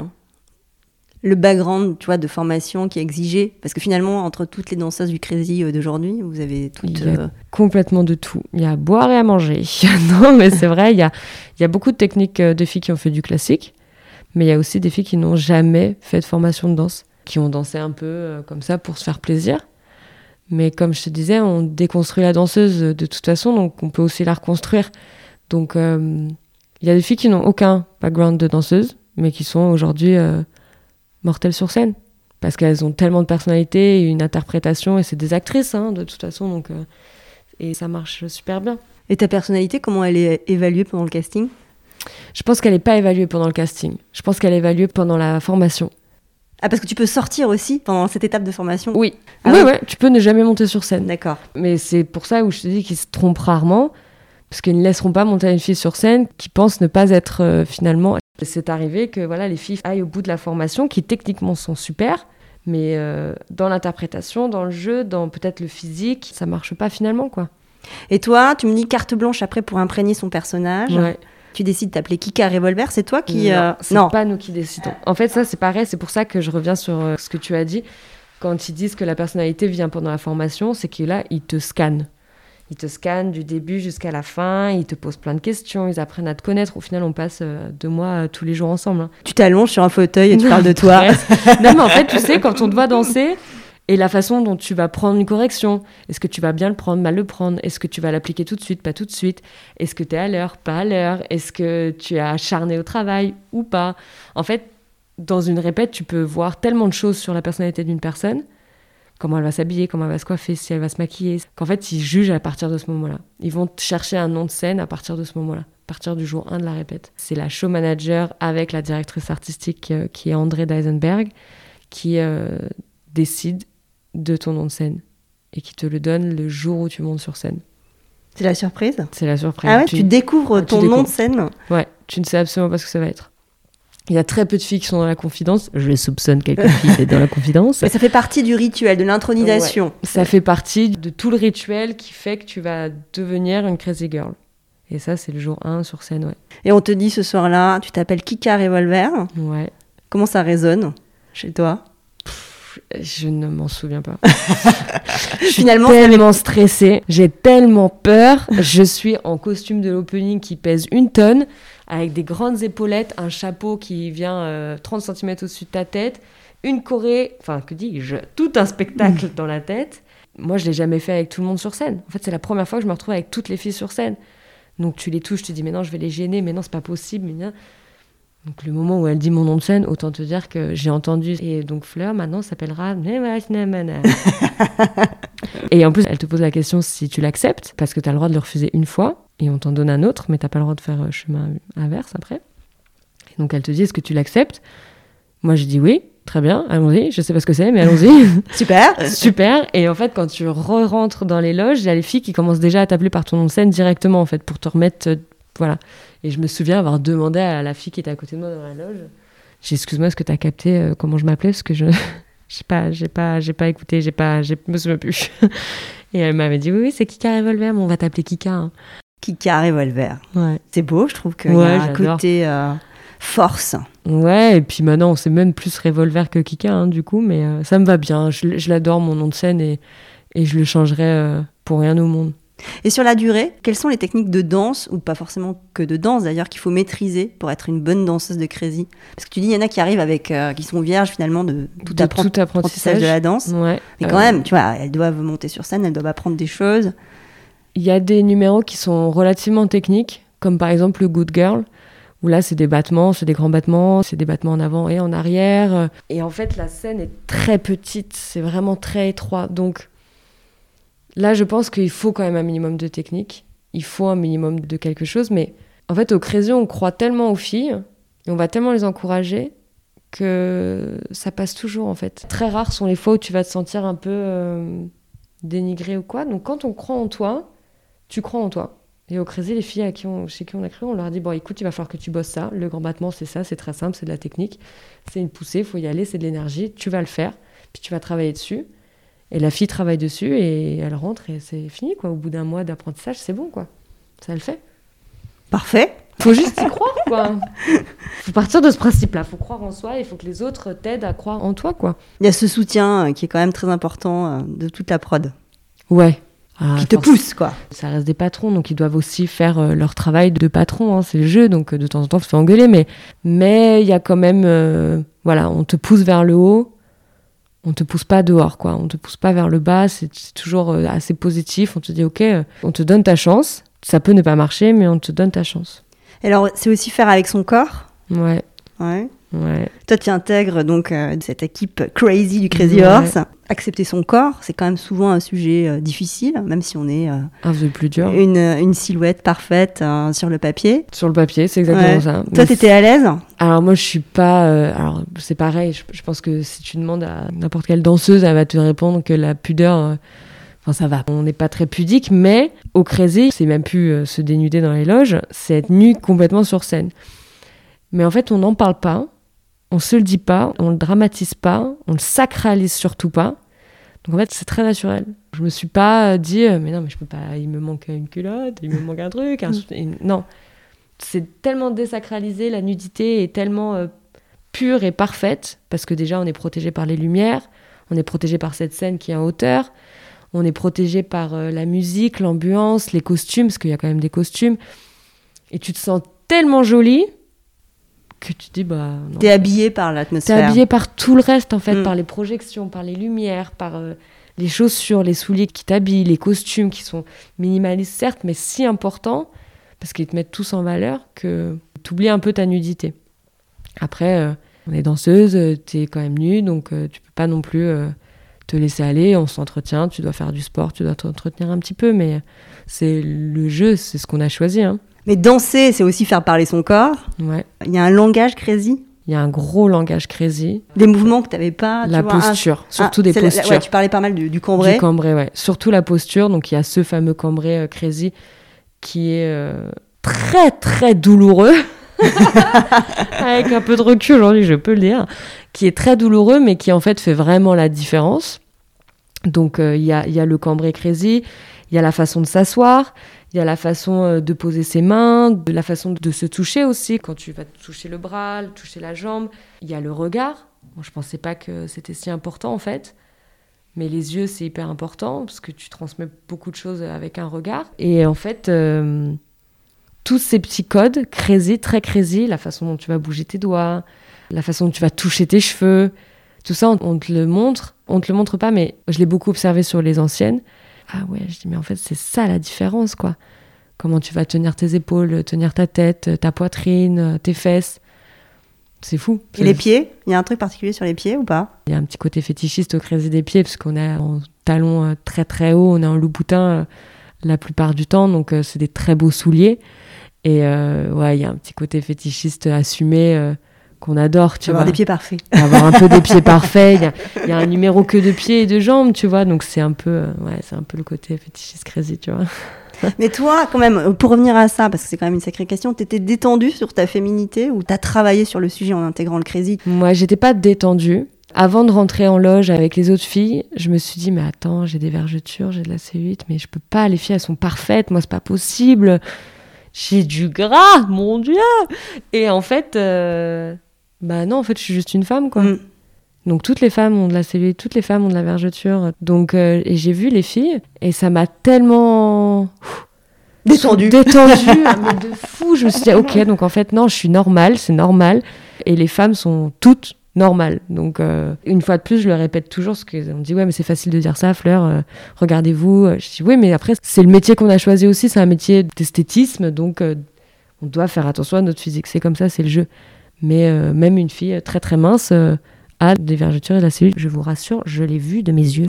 le background, tu vois, de formation qui est exigé, parce que finalement, entre toutes les danseuses du Crazy d'aujourd'hui, vous avez toutes... Il y a euh... complètement de tout. Il y a à boire et à manger. Non, mais c'est vrai, il y a, il y a beaucoup de techniques de filles qui ont fait du classique. Mais il y a aussi des filles qui n'ont jamais fait de formation de danse, qui ont dansé un peu euh, comme ça pour se faire plaisir. Mais comme je te disais, on déconstruit la danseuse de toute façon, donc on peut aussi la reconstruire. Donc euh, il y a des filles qui n'ont aucun background de danseuse, mais qui sont aujourd'hui euh, mortelles sur scène. Parce qu'elles ont tellement de personnalité et une interprétation, et c'est des actrices hein, de toute façon, donc, euh, et ça marche super bien. Et ta personnalité, comment elle est évaluée pendant le casting ? Je pense qu'elle n'est pas évaluée pendant le casting. Je pense qu'elle est évaluée pendant la formation. Ah, parce que tu peux sortir aussi pendant cette étape de formation ? Oui. Ah oui, oui. ouais, tu peux ne jamais monter sur scène. D'accord. Mais c'est pour ça où je te dis qu'ils se trompent rarement, parce qu'ils ne laisseront pas monter une fille sur scène qui pense ne pas être euh, finalement... C'est arrivé que voilà, les filles aillent au bout de la formation, qui techniquement sont super, mais euh, dans l'interprétation, dans le jeu, dans peut-être le physique, ça marche pas finalement, quoi. Et toi, tu me dis carte blanche après pour imprégner son personnage. Ouais. Tu décides d'appeler Kika Revolver, c'est toi qui... Non, euh... c'est non. pas nous qui décidons. En fait, ça, c'est pareil, c'est pour ça que je reviens sur euh, ce que tu as dit. Quand ils disent que la personnalité vient pendant la formation, c'est que là, ils te scannent. Ils te scannent du début jusqu'à la fin, ils te posent plein de questions, ils apprennent à te connaître. Au final, on passe euh, deux mois euh, tous les jours ensemble. Hein. Tu t'allonges sur un fauteuil et tu parles de toi. Non, mais en fait, tu sais, quand on te voit danser... Et la façon dont tu vas prendre une correction, est-ce que tu vas bien le prendre, mal le prendre ? Est-ce que tu vas l'appliquer tout de suite, pas tout de suite ? Est-ce que tu es à l'heure, pas à l'heure ? Est-ce que tu es acharné au travail ou pas ? En fait, dans une répète, tu peux voir tellement de choses sur la personnalité d'une personne, comment elle va s'habiller, comment elle va se coiffer, si elle va se maquiller, qu'en fait, ils jugent à partir de ce moment-là. Ils vont chercher un nom de scène à partir de ce moment-là, à partir du jour un de la répète. C'est la show manager avec la directrice artistique euh, qui est André Deisenberg qui euh, décide de ton nom de scène et qui te le donne le jour où tu montes sur scène. C'est la surprise ? C'est la surprise. Ah ouais, tu, tu découvres ton tu nom découvres. de scène ? Ouais, tu ne sais absolument pas ce que ça va être. Il y a très peu de filles qui sont dans la confidence. Je les soupçonne, quelques filles d'être dans la confidence. Mais ça fait partie du rituel, de l'intronisation. Ouais. Ça fait partie de tout le rituel qui fait que tu vas devenir une crazy girl. Et ça, c'est le jour un sur scène, ouais. Et on te dit ce soir-là, tu t'appelles Kika Revolver. Ouais. Comment ça résonne chez toi ? Pff, je ne m'en souviens pas. Je suis Finalement, tellement stressée, j'ai tellement peur. Je suis en costume de l'opening qui pèse une tonne, avec des grandes épaulettes, un chapeau qui vient euh, trente centimètres au-dessus de ta tête, une choré, enfin que dis-je, tout un spectacle dans la tête. Moi, je l'ai jamais fait avec tout le monde sur scène. En fait, c'est la première fois que je me retrouve avec toutes les filles sur scène. Donc tu les touches, tu te dis mais non, je vais les gêner, mais non, c'est pas possible. Mais non. Donc le moment où elle dit mon nom de scène, autant te dire que j'ai entendu. Et donc Fleur, maintenant, s'appellera... Et en plus, elle te pose la question si tu l'acceptes, parce que tu as le droit de le refuser une fois, et on t'en donne un autre, mais tu n'as pas le droit de faire chemin inverse après. Et donc elle te dit, est-ce que tu l'acceptes ? Moi, je dis oui, très bien, allons-y. Je sais pas ce que c'est, mais allons-y. Super. Super. Et en fait, quand tu re-rentres dans les loges, il y a les filles qui commencent déjà à t'appeler par ton nom de scène directement, en fait, pour te remettre... Euh, voilà. Et je me souviens avoir demandé à la fille qui était à côté de moi dans la loge, j'ai dit, excuse-moi, est-ce que tu as capté euh, comment je m'appelais ? Parce que je... Je sais pas, j'ai pas, j'ai pas écouté, j'ai pas, je me souviens plus. Et elle m'avait dit, oui, oui, c'est Kika Revolver, mais on va t'appeler Kika. Hein. Kika Revolver. Ouais. C'est beau, je trouve qu'il ouais, y a un j'adore. côté euh, force. Ouais, et puis maintenant, on sait même plus Revolver que Kika, hein, du coup, mais euh, ça me va bien. Je, je l'adore, mon nom de scène, et, et je le changerais euh, pour rien au monde. Et sur la durée, quelles sont les techniques de danse, ou pas forcément que de danse d'ailleurs, qu'il faut maîtriser pour être une bonne danseuse de crazy ? Parce que tu dis, il y en a qui arrivent avec, euh, qui sont vierges finalement de tout, de appren- tout apprentissage de la danse. Ouais. Mais quand euh... même, tu vois, elles doivent monter sur scène, elles doivent apprendre des choses. Il y a des numéros qui sont relativement techniques, comme par exemple le Good Girl, où là, c'est des battements, c'est des grands battements, c'est des battements en avant et en arrière. Et en fait, la scène est très petite, c'est vraiment très étroit. Donc là, je pense qu'il faut quand même un minimum de technique. Il faut un minimum de quelque chose. Mais en fait, au Crazy, on croit tellement aux filles et on va tellement les encourager que ça passe toujours, en fait. Très rares sont les fois où tu vas te sentir un peu euh, dénigré ou quoi. Donc quand on croit en toi, tu crois en toi. Et au Crazy, les filles à qui on, chez qui on a cru, on leur a dit, bon, écoute, il va falloir que tu bosses ça. Le grand battement, c'est ça, c'est très simple, c'est de la technique. C'est une poussée, il faut y aller, c'est de l'énergie. Tu vas le faire, puis tu vas travailler dessus. Et la fille travaille dessus et elle rentre et c'est fini, quoi. Au bout d'un mois d'apprentissage, c'est bon, quoi. Ça le fait. Parfait. Faut juste y croire, quoi. Faut partir de ce principe-là. Faut croire en soi et il faut que les autres t'aident à croire en toi, quoi. Il y a ce soutien qui est quand même très important de toute la prod. Ouais. Ah, qui te force. pousse, quoi. Ça reste des patrons, donc ils doivent aussi faire euh, leur travail de patron, hein, c'est le jeu, donc euh, de temps en temps, on se fait engueuler, mais mais il y a quand même, euh, voilà, on te pousse vers le haut, on te pousse pas dehors, quoi, on te pousse pas vers le bas, c'est, c'est toujours euh, assez positif, on te dit, ok, euh, on te donne ta chance, ça peut ne pas marcher, mais on te donne ta chance. Et alors, c'est aussi faire avec son corps. Ouais. Ouais. Ouais. Toi, tu intègres donc euh, cette équipe crazy du Crazy ouais. Horse. Accepter son corps, c'est quand même souvent un sujet euh, difficile, même si on est euh, ah, c'est plus dur. Une, une silhouette parfaite euh, sur le papier. Sur le papier, c'est exactement ouais. ça. Toi, mais t'étais à l'aise ? Alors moi, je suis pas. Euh, alors c'est pareil. Je, je pense que si tu demandes à n'importe quelle danseuse, elle va te répondre que la pudeur. Euh, Enfin, ça va. On n'est pas très pudique, mais au Crazy, c'est même plus euh, se dénuder dans les loges, c'est être nu complètement sur scène. Mais en fait, on n'en parle pas, on se le dit pas, on le dramatise pas, on le sacralise surtout pas. Donc en fait, c'est très naturel. Je me suis pas dit, euh, mais non, mais je peux pas, il me manque une culotte, il me manque un truc. Un... non. C'est tellement désacralisé, la nudité est tellement euh, pure et parfaite, parce que déjà, on est protégé par les lumières, on est protégé par cette scène qui est en hauteur. On est protégé par euh, la musique, l'ambiance, les costumes, parce qu'il y a quand même des costumes. Et tu te sens tellement jolie que tu te dis, bah... non. T'es habillée par l'atmosphère. T'es habillée par tout le reste, en fait, mm. par les projections, par les lumières, par euh, les chaussures, les souliers qui t'habillent, les costumes qui sont minimalistes, certes, mais si importants, parce qu'ils te mettent tous en valeur, que t'oublies un peu ta nudité. Après, euh, on est danseuse, t'es quand même nue, donc euh, tu peux pas non plus... Euh, te laisser aller, on s'entretient, tu dois faire du sport, tu dois t'entretenir un petit peu, mais c'est le jeu, c'est ce qu'on a choisi. Hein. Mais danser, c'est aussi faire parler son corps. Ouais. Il y a un langage crazy. Il y a un gros langage crazy. Des mouvements que tu n'avais pas. La tu vois, posture, un... surtout ah, des postures. La... Ouais, tu parlais pas mal du, du cambré. Du cambré, ouais. Surtout la posture, donc il y a ce fameux cambré euh, crazy qui est euh, très très douloureux. avec un peu de recul aujourd'hui, je peux le dire, qui est très douloureux, mais qui en fait fait vraiment la différence. Donc il euh, y, a, y a le cambré crazy, il y a la façon de s'asseoir, il y a la façon euh, de poser ses mains, de la façon de se toucher aussi, quand tu vas toucher le bras, toucher la jambe. Il y a le regard. Bon, je pensais pas que c'était si important en fait. Mais les yeux, c'est hyper important parce que tu transmets beaucoup de choses avec un regard. Et en fait, euh, tous ces petits codes, crazy, très crazy, la façon dont tu vas bouger tes doigts, la façon dont tu vas toucher tes cheveux, tout ça, on, on te le montre. On te le montre pas, mais je l'ai beaucoup observé sur les anciennes. Ah ouais, je dis, mais en fait, c'est ça la différence, quoi. Comment tu vas tenir tes épaules, tenir ta tête, ta poitrine, tes fesses. C'est fou. Et les pieds ? Il y a un truc particulier sur les pieds ou pas ? Il y a un petit côté fétichiste au crazy des pieds, parce qu'on est en talons très très hauts, on est en louboutin euh, la plupart du temps, donc euh, c'est des très beaux souliers. Et euh, ouais, il y a un petit côté fétichiste assumé euh, qu'on adore, tu avoir vois. Avoir des pieds parfaits. Avoir un peu des pieds parfaits. Il y a, il y a un numéro que de pieds et de jambes, tu vois, donc c'est un peu, euh, ouais, c'est un peu le côté fétichiste crazy, tu vois. Mais toi, quand même, pour revenir à ça, parce que c'est quand même une sacrée question, t'étais détendue sur ta féminité ou t'as travaillé sur le sujet en intégrant le crazy ? Moi, j'étais pas détendue. Avant de rentrer en loge avec les autres filles, je me suis dit, mais attends, j'ai des vergetures, j'ai de la cellulite, mais je peux pas, les filles, elles sont parfaites, moi, c'est pas possible. J'ai du gras, mon Dieu ! Et en fait, euh... bah non, en fait, je suis juste une femme, quoi. Mm. Donc toutes les femmes ont de la cellulite, toutes les femmes ont de la vergeture. Donc euh, et j'ai vu les filles et ça m'a tellement détendue, détendue, mais de fou. Je me suis dit ok, donc en fait non, je suis normale, c'est normal. Et les femmes sont toutes normales. Donc euh, une fois de plus, je le répète toujours parce qu'on me dit ouais mais c'est facile de dire ça, Fleur. Euh, regardez-vous. Je dis oui mais après c'est le métier qu'on a choisi aussi, c'est un métier d'esthétisme, donc euh, on doit faire attention à notre physique. C'est comme ça, c'est le jeu. Mais euh, même une fille très très mince. Euh, a des vergetures et de la cellulite, je vous rassure, je l'ai vu de mes yeux.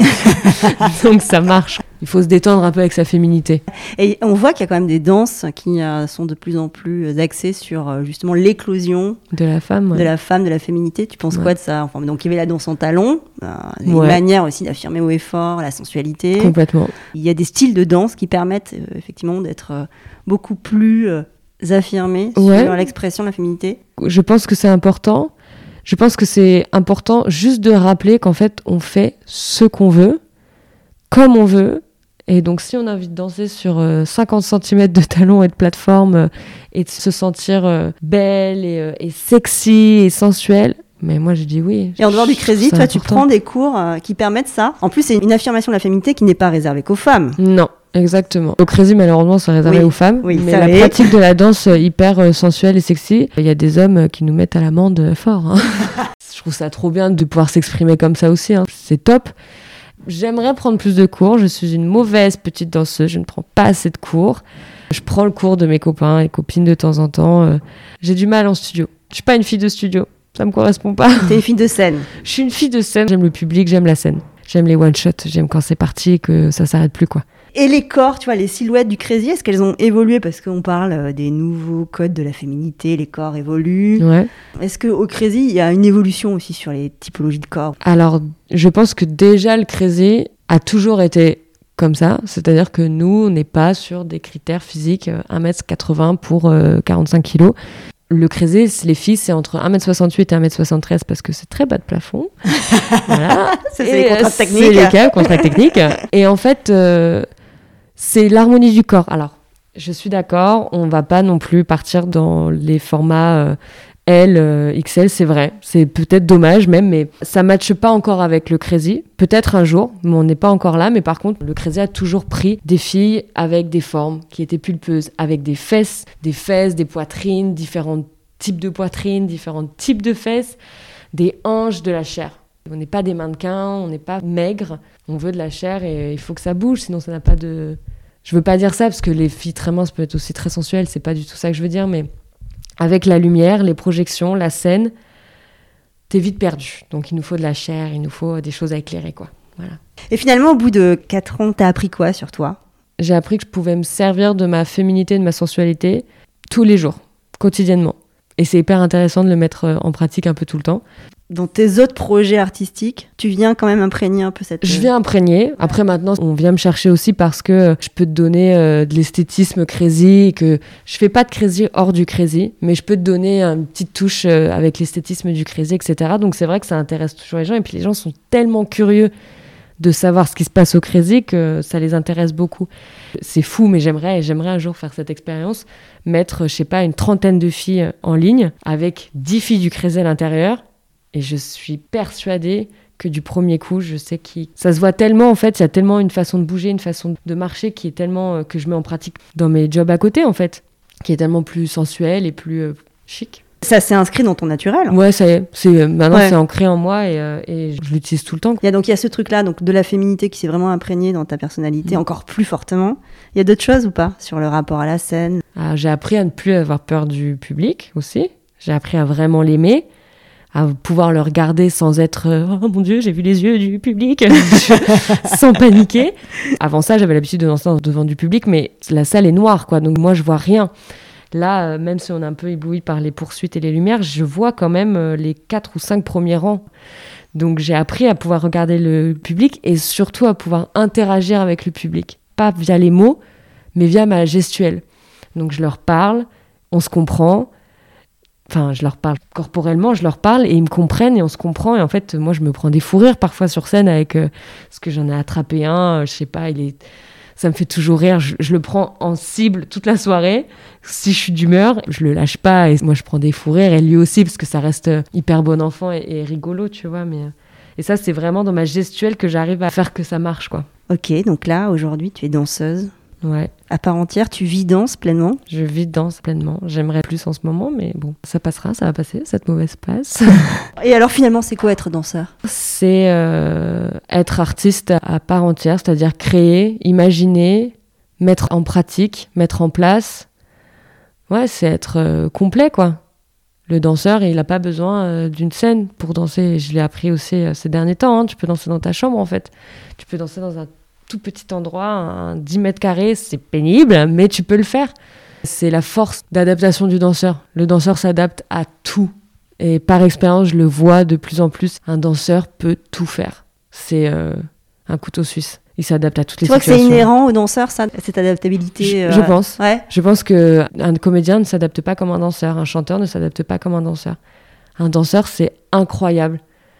Donc ça marche. Il faut se détendre un peu avec sa féminité. Et on voit qu'il y a quand même des danses qui euh, sont de plus en plus axées sur euh, justement l'éclosion de la femme, ouais. de la femme, de la féminité. Tu penses ouais. quoi de ça ? Enfin, donc il y avait la danse en talons, euh, une ouais. manière aussi d'affirmer haut et fort la sensualité. Complètement. Il y a des styles de danse qui permettent euh, effectivement d'être euh, beaucoup plus euh, affirmés ouais. sur l'expression de la féminité. Je pense que c'est important. Je pense que c'est important juste de rappeler qu'en fait, on fait ce qu'on veut, comme on veut. Et donc, si on a envie de danser sur euh, cinquante centimètres de talons et de plateforme euh, et de se sentir euh, belle et, euh, et sexy et sensuelle, mais moi, je dis oui. Et en dehors du crazy, toi, important. Tu prends des cours euh, qui permettent ça. En plus, c'est une affirmation de la féminité qui n'est pas réservée qu'aux femmes. Non. Exactement. Au crazy, malheureusement, c'est réservé oui. aux femmes. Oui, mais la est. pratique de la danse hyper euh, sensuelle et sexy, il y a des hommes qui nous mettent à l'amende fort. Hein. Je trouve ça trop bien de pouvoir s'exprimer comme ça aussi. Hein. C'est top. J'aimerais prendre plus de cours. Je suis une mauvaise petite danseuse. Je ne prends pas assez de cours. Je prends le cours de mes copains et copines de temps en temps. Euh, j'ai du mal en studio. Je suis pas une fille de studio. Ça me correspond pas. T'es une fille de scène. Je suis une fille de scène. J'aime le public, j'aime la scène. J'aime les one-shots. J'aime quand c'est parti et que ça s'arrête plus, quoi. Et les corps, tu vois, les silhouettes du crazy, est-ce qu'elles ont évolué ? Parce qu'on parle euh, des nouveaux codes de la féminité, les corps évoluent. Ouais. Est-ce qu'au crazy, il y a une évolution aussi sur les typologies de corps ? Alors, je pense que déjà, le crazy a toujours été comme ça. C'est-à-dire que nous, on n'est pas sur des critères physiques euh, un mètre quatre-vingts pour euh, quarante-cinq kilos. Le crazy, les filles, c'est entre un mètre soixante-huit et un mètre soixante-treize parce que c'est très bas de plafond. Voilà. Ça, c'est les contraintes techniques. C'est les cas, contraintes techniques. Et en fait... Euh, c'est l'harmonie du corps. Alors, je suis d'accord, on va pas non plus partir dans les formats euh, L, euh, X L, c'est vrai. C'est peut-être dommage même, mais ça matche pas encore avec le crazy. Peut-être un jour, mais on n'est pas encore là. Mais par contre, le crazy a toujours pris des filles avec des formes qui étaient pulpeuses, avec des fesses, des fesses, des poitrines, différents types de poitrines, différents types de fesses, des hanches, de la chair. On n'est pas des mannequins, on n'est pas maigres, on veut de la chair et il faut que ça bouge, sinon ça n'a pas de... Je veux pas dire ça parce que les filles très minces peuvent être aussi très sensuelles, c'est pas du tout ça que je veux dire, mais avec la lumière, les projections, la scène, t'es vite perdu. Donc il nous faut de la chair, il nous faut des choses à éclairer, quoi. Voilà. Et finalement, au bout de quatre ans, t'as appris quoi sur toi ? J'ai appris que je pouvais me servir de ma féminité, de ma sensualité, tous les jours, quotidiennement. Et c'est hyper intéressant de le mettre en pratique un peu tout le temps. Dans tes autres projets artistiques, tu viens quand même imprégner un peu cette... Je viens imprégner. Après, maintenant, on vient me chercher aussi parce que je peux te donner euh, de l'esthétisme crazy, que je fais pas de crazy hors du crazy, mais je peux te donner une petite touche euh, avec l'esthétisme du crazy, et cetera. Donc, c'est vrai que ça intéresse toujours les gens. Et puis, les gens sont tellement curieux de savoir ce qui se passe au crazy que ça les intéresse beaucoup. C'est fou, mais j'aimerais, j'aimerais un jour faire cette expérience, mettre, je sais pas, une trentaine de filles en ligne avec dix filles du crazy à l'intérieur. Et je suis persuadée que du premier coup, je sais qui... Ça se voit tellement, en fait, il y a tellement une façon de bouger, une façon de marcher qui est tellement... Euh, que je mets en pratique dans mes jobs à côté, en fait, qui est tellement plus sensuelle et plus euh, chic. Ça s'est inscrit dans ton naturel. Ouais, ça y est. C'est, maintenant, ouais. C'est ancré en moi et, euh, et je l'utilise tout le temps. Il y a donc il y a ce truc-là, donc de la féminité qui s'est vraiment imprégné dans ta personnalité, mmh. encore plus fortement. Il y a d'autres choses ou pas sur le rapport à la scène? Ah, j'ai appris à ne plus avoir peur du public aussi. J'ai appris à vraiment l'aimer, à pouvoir le regarder sans être euh, « Oh mon Dieu, j'ai vu les yeux du public !» sans paniquer. Avant ça, j'avais l'habitude de danser devant du public, mais la salle est noire, quoi. Donc moi, je vois rien. Là, euh, même si on est un peu ébloui par les poursuites et les lumières, je vois quand même euh, les quatre ou cinq premiers rangs. Donc j'ai appris à pouvoir regarder le public et surtout à pouvoir interagir avec le public. Pas via les mots, mais via ma gestuelle. Donc je leur parle, on se comprend. Enfin, je leur parle corporellement, je leur parle et ils me comprennent et on se comprend. Et en fait, moi, je me prends des fous rires parfois sur scène avec... Euh, parce que j'en ai attrapé un, euh, je sais pas, il est... ça me fait toujours rire. Je, je le prends en cible toute la soirée. Si je suis d'humeur, je le lâche pas. Et moi, je prends des fous rires et lui aussi, parce que ça reste hyper bon enfant et, et rigolo, tu vois. Mais... Et ça, c'est vraiment dans ma gestuelle que j'arrive à faire que ça marche, quoi. Ok, donc là, aujourd'hui, tu es danseuse. Ouais. À part entière, tu vis danse pleinement? Je vis danse pleinement. J'aimerais plus en ce moment, mais bon, ça passera, ça va passer, cette mauvaise passe. Et alors finalement, c'est quoi être danseur? C'est euh, être artiste à part entière, c'est-à-dire créer, imaginer, mettre en pratique, mettre en place. Ouais, c'est être euh, complet, quoi. Le danseur, il n'a pas besoin euh, d'une scène pour danser. Je l'ai appris aussi euh, ces derniers temps. Hein. Tu peux danser dans ta chambre, en fait. Tu peux danser dans un tout petit endroit, un dix mètres carrés, c'est pénible, mais tu peux le faire. C'est la force d'adaptation du danseur. Le danseur s'adapte à tout. Et par expérience, je le vois de plus en plus. Un danseur peut tout faire. C'est euh, un couteau suisse. Il s'adapte à toutes les situations. Tu vois situations. Que c'est inhérent au danseur, ça, cette adaptabilité. Je, euh... je pense. Ouais. Je pense qu'un comédien ne s'adapte pas comme un danseur. Un chanteur ne s'adapte pas comme un danseur. Un danseur, c'est incroyable.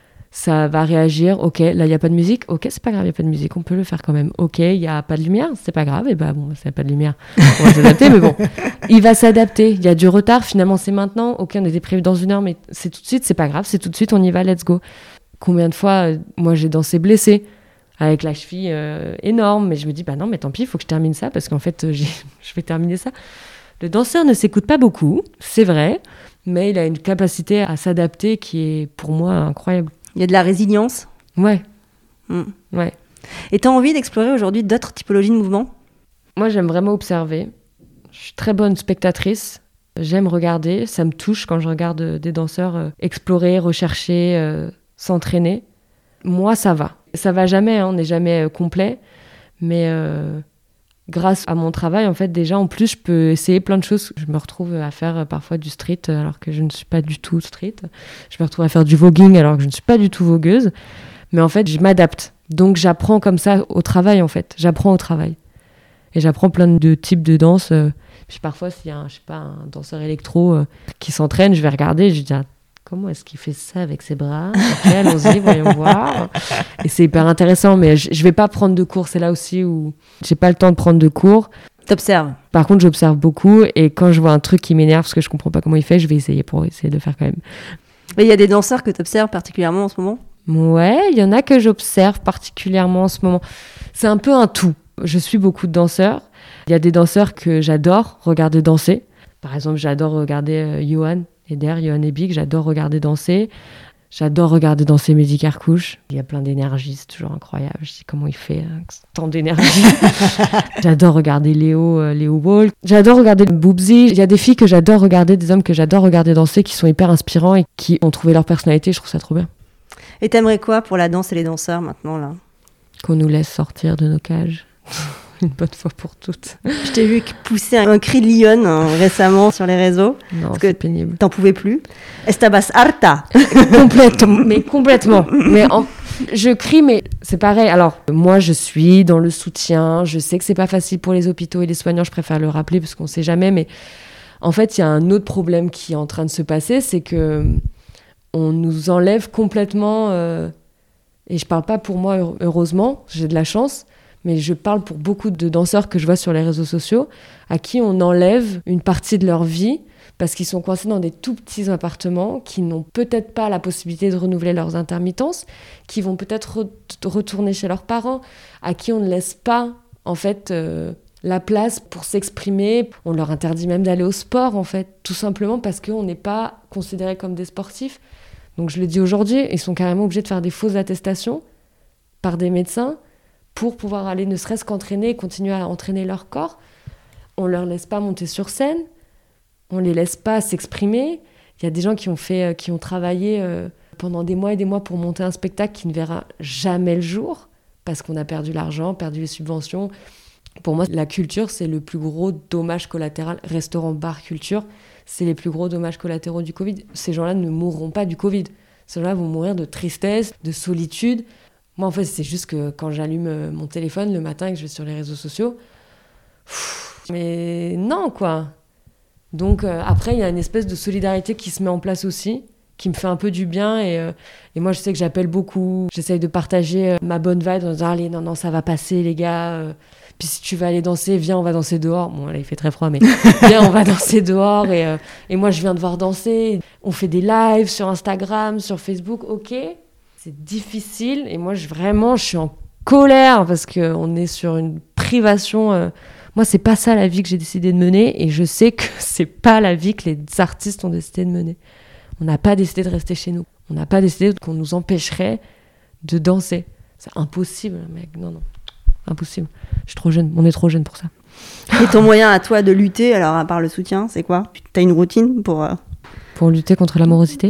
Ça va réagir, ok, là il n'y a pas de musique, ok, c'est pas grave, il n'y a pas de musique, on peut le faire quand même. Ok, il n'y a pas de lumière, c'est pas grave, et bah bon, s'il n'y a pas de lumière, on va s'adapter, mais bon, il va s'adapter. Il y a du retard, finalement c'est maintenant, ok, on était prévu dans une heure, mais c'est tout de suite, c'est pas grave, c'est tout de suite, on y va, let's go. Combien de fois, euh, moi j'ai dansé blessée, avec la cheville euh, énorme, mais je me dis, bah non, mais tant pis, il faut que je termine ça, parce qu'en fait, euh, j'ai... je vais terminer ça. Le danseur ne s'écoute pas beaucoup, c'est vrai, mais il a une capacité à s'adapter qui est pour moi incroyable. Il y a de la résilience. Ouais. Mm. Ouais. Et tu as envie d'explorer aujourd'hui d'autres typologies de mouvements? Moi, j'aime vraiment observer. Je suis très bonne spectatrice. J'aime regarder. Ça me touche quand je regarde des danseurs euh, explorer, rechercher, euh, s'entraîner. Moi, ça va. Ça va jamais, hein, on n'est jamais euh, complet. Mais euh, grâce à mon travail, en fait, déjà, en plus, je peux essayer plein de choses. Je me retrouve à faire euh, parfois du street alors que je ne suis pas du tout street. Je me retrouve à faire du voguing alors que je ne suis pas du tout vogueuse. Mais en fait, je m'adapte. Donc, j'apprends comme ça au travail, en fait. J'apprends au travail. Et j'apprends plein de types de danse. Euh, puis parfois, s'il y a un, je sais pas, un danseur électro euh, qui s'entraîne, je vais regarder et je dis ah, comment est-ce qu'il fait ça avec ses bras? Ok, allons-y, voyons voir. Et c'est hyper intéressant, mais je, je vais pas prendre de cours. C'est là aussi où j'ai pas le temps de prendre de cours. T'observes? Par contre, j'observe beaucoup et quand je vois un truc qui m'énerve parce que je comprends pas comment il fait, je vais essayer pour essayer de le faire quand même. Mais il y a des danseurs que t'observes particulièrement en ce moment? Ouais, il y en a que j'observe particulièrement en ce moment. C'est un peu un tout. Je suis beaucoup de danseurs. Il y a des danseurs que j'adore regarder danser. Par exemple, j'adore regarder euh, Johan Eder, Johan Ebig, j'adore regarder danser. J'adore regarder danser Mehdi Kerkouche. Il y a plein d'énergie, c'est toujours incroyable. Je dis comment il fait hein, tant d'énergie. J'adore regarder Léo, euh, Léo Wall. J'adore regarder Boobsy. Il y a des filles que j'adore regarder, des hommes que j'adore regarder danser, qui sont hyper inspirants et qui ont trouvé leur personnalité. Je trouve ça trop bien. Et t'aimerais quoi pour la danse et les danseurs maintenant là? Qu'on nous laisse sortir de nos cages. une bonne fois pour toutes. Je t'ai vu pousser un cri de lionne hein, récemment sur les réseaux. Non, parce c'est que pénible. T'en pouvais plus. Estabas harta. Complètement, mais complètement. Mais en... je crie, mais c'est pareil. Alors, moi, je suis dans le soutien. Je sais que c'est pas facile pour les hôpitaux et les soignants. Je préfère le rappeler parce qu'on sait jamais. Mais en fait, il y a un autre problème qui est en train de se passer, c'est que on nous enlève complètement. Euh... Et je parle pas pour moi, heureusement, j'ai de la chance. Mais je parle pour beaucoup de danseurs que je vois sur les réseaux sociaux, à qui on enlève une partie de leur vie parce qu'ils sont coincés dans des tout petits appartements, qui n'ont peut-être pas la possibilité de renouveler leurs intermittences, qui vont peut-être re- retourner chez leurs parents, à qui on ne laisse pas en fait euh, la place pour s'exprimer. On leur interdit même d'aller au sport en fait, tout simplement parce qu'on n'est pas considérés comme des sportifs. Donc je le dis aujourd'hui, ils sont carrément obligés de faire des fausses attestations par des médecins pour pouvoir aller ne serait-ce qu'entraîner et continuer à entraîner leur corps. On ne leur laisse pas monter sur scène, on ne les laisse pas s'exprimer. Il y a des gens qui ont, fait, qui ont travaillé pendant des mois et des mois pour monter un spectacle qui ne verra jamais le jour, parce qu'on a perdu l'argent, perdu les subventions. Pour moi, la culture, c'est le plus gros dommage collatéral. Restaurant, bar, culture, c'est les plus gros dommages collatéraux du Covid. Ces gens-là ne mourront pas du Covid. Ces gens-là vont mourir de tristesse, de solitude. Moi, en fait, c'est juste que quand j'allume mon téléphone le matin et que je vais sur les réseaux sociaux, pff, mais non, quoi. Donc, euh, après, il y a une espèce de solidarité qui se met en place aussi, qui me fait un peu du bien. Et, euh, et moi, je sais que j'appelle beaucoup. J'essaye de partager euh, ma bonne vibe en disant « Allez, non, non, ça va passer, les gars. Euh, puis si tu veux aller danser, viens, on va danser dehors. » Bon, là, il fait très froid, mais viens, on va danser dehors. Et, euh, et moi, je viens de voir danser. On fait des lives sur Instagram, sur Facebook. OK. C'est difficile et moi je, vraiment je suis en colère parce qu'on est sur une privation. Euh... Moi c'est pas ça la vie que j'ai décidé de mener et je sais que c'est pas la vie que les artistes ont décidé de mener. On n'a pas décidé de rester chez nous. On n'a pas décidé qu'on nous empêcherait de danser. C'est impossible mec, non non, impossible. Je suis trop jeune, on est trop jeune pour ça. Et ton moyen à toi de lutter, alors à part le soutien, c'est quoi ? T'as une routine pour... Euh... Pour lutter contre l'amorosité.